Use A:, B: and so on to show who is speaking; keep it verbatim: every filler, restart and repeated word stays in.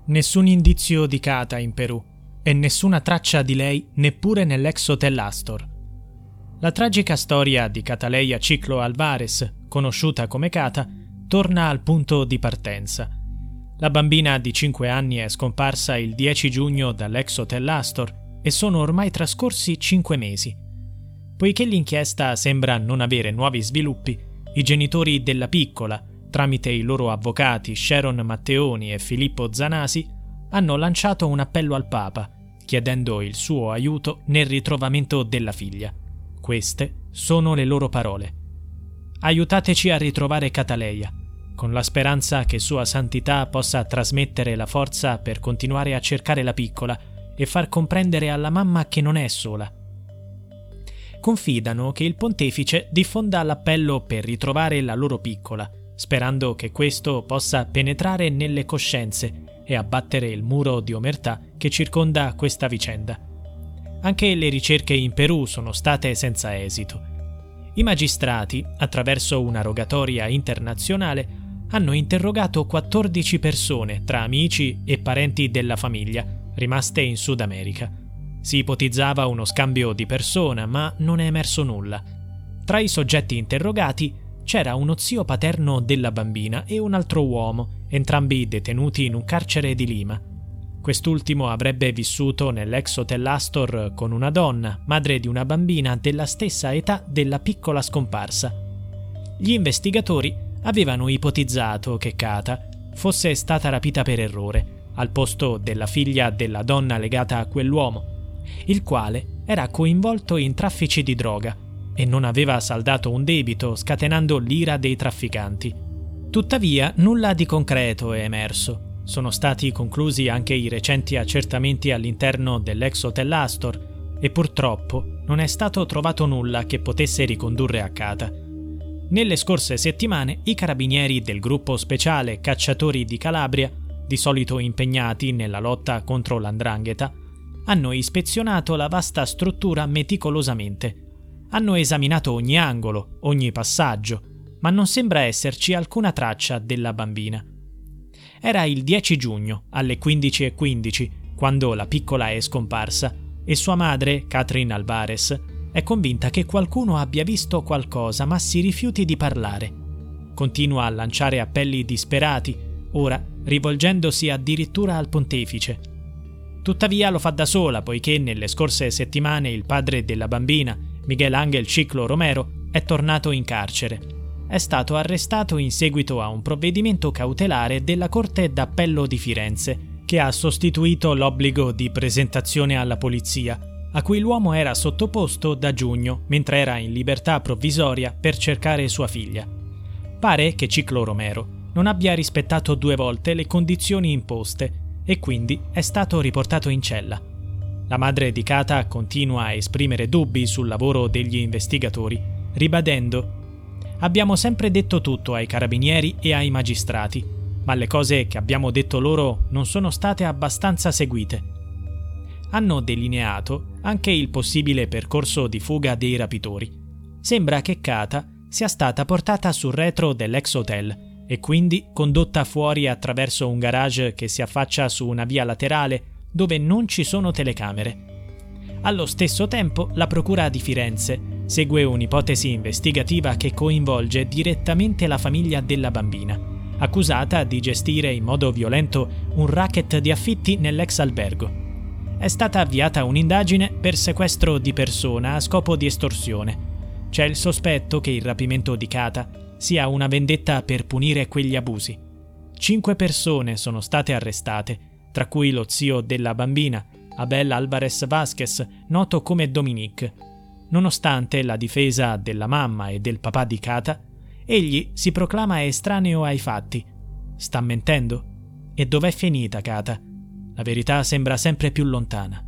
A: Nessun indizio di Cata in Perù e nessuna traccia di lei neppure nell'ex hotel Astor. La tragica storia di Cataleya Chiclo Alvarez, conosciuta come Cata, torna al punto di partenza. La bambina di cinque anni è scomparsa il dieci giugno dall'ex hotel Astor e sono ormai trascorsi cinque mesi. Poiché l'inchiesta sembra non avere nuovi sviluppi, i genitori della piccola, tramite i loro avvocati Sharon Matteoni e Filippo Zanasi, hanno lanciato un appello al Papa, chiedendo il suo aiuto nel ritrovamento della figlia. Queste sono le loro parole. Aiutateci a ritrovare Cataleya, con la speranza che Sua Santità possa trasmettere la forza per continuare a cercare la piccola e far comprendere alla mamma che non è sola. Confidano che il pontefice diffonda l'appello per ritrovare la loro piccola, sperando che questo possa penetrare nelle coscienze e abbattere il muro di omertà che circonda questa vicenda. Anche le ricerche in Perù sono state senza esito. I magistrati, attraverso una rogatoria internazionale, hanno interrogato quattordici persone tra amici e parenti della famiglia, rimaste in Sud America. Si ipotizzava uno scambio di persona, ma non è emerso nulla. Tra i soggetti interrogati c'era uno zio paterno della bambina e un altro uomo, entrambi detenuti in un carcere di Lima. Quest'ultimo avrebbe vissuto nell'ex hotel Astor con una donna, madre di una bambina della stessa età della piccola scomparsa. Gli investigatori avevano ipotizzato che Cata fosse stata rapita per errore, al posto della figlia della donna legata a quell'uomo, il quale era coinvolto in traffici di droga e non aveva saldato un debito, scatenando l'ira dei trafficanti. Tuttavia, nulla di concreto è emerso. Sono stati conclusi anche i recenti accertamenti all'interno dell'ex hotel Astor e purtroppo non è stato trovato nulla che potesse ricondurre a Cata. Nelle scorse settimane i carabinieri del gruppo speciale Cacciatori di Calabria, di solito impegnati nella lotta contro l'andrangheta, hanno ispezionato la vasta struttura meticolosamente. Hanno esaminato ogni angolo, ogni passaggio, ma non sembra esserci alcuna traccia della bambina. Era il dieci giugno, alle quindici e quindici, quando la piccola è scomparsa, e sua madre, Catherine Alvarez, è convinta che qualcuno abbia visto qualcosa ma si rifiuti di parlare. Continua a lanciare appelli disperati, ora rivolgendosi addirittura al pontefice. Tuttavia lo fa da sola, poiché nelle scorse settimane il padre della bambina, Miguel Ángel Chiclo Romero, è tornato in carcere. È stato arrestato in seguito a un provvedimento cautelare della Corte d'Appello di Firenze, che ha sostituito l'obbligo di presentazione alla polizia, a cui l'uomo era sottoposto da giugno mentre era in libertà provvisoria per cercare sua figlia. Pare che Chiclo Romero non abbia rispettato due volte le condizioni imposte e quindi è stato riportato in cella. La madre di Cata continua a esprimere dubbi sul lavoro degli investigatori, ribadendo: «Abbiamo sempre detto tutto ai carabinieri e ai magistrati, ma le cose che abbiamo detto loro non sono state abbastanza seguite». Hanno delineato anche il possibile percorso di fuga dei rapitori. Sembra che Cata sia stata portata sul retro dell'ex hotel e quindi condotta fuori attraverso un garage che si affaccia su una via laterale dove non ci sono telecamere. Allo stesso tempo, la Procura di Firenze segue un'ipotesi investigativa che coinvolge direttamente la famiglia della bambina, accusata di gestire in modo violento un racket di affitti nell'ex albergo. È stata avviata un'indagine per sequestro di persona a scopo di estorsione. C'è il sospetto che il rapimento di Cata sia una vendetta per punire quegli abusi. Cinque persone sono state arrestate, tra cui lo zio della bambina, Abel Álvarez Vázquez, noto come Dominique. Nonostante la difesa della mamma e del papà di Cata, egli si proclama estraneo ai fatti. Sta mentendo? E dov'è finita Cata? La verità sembra sempre più lontana.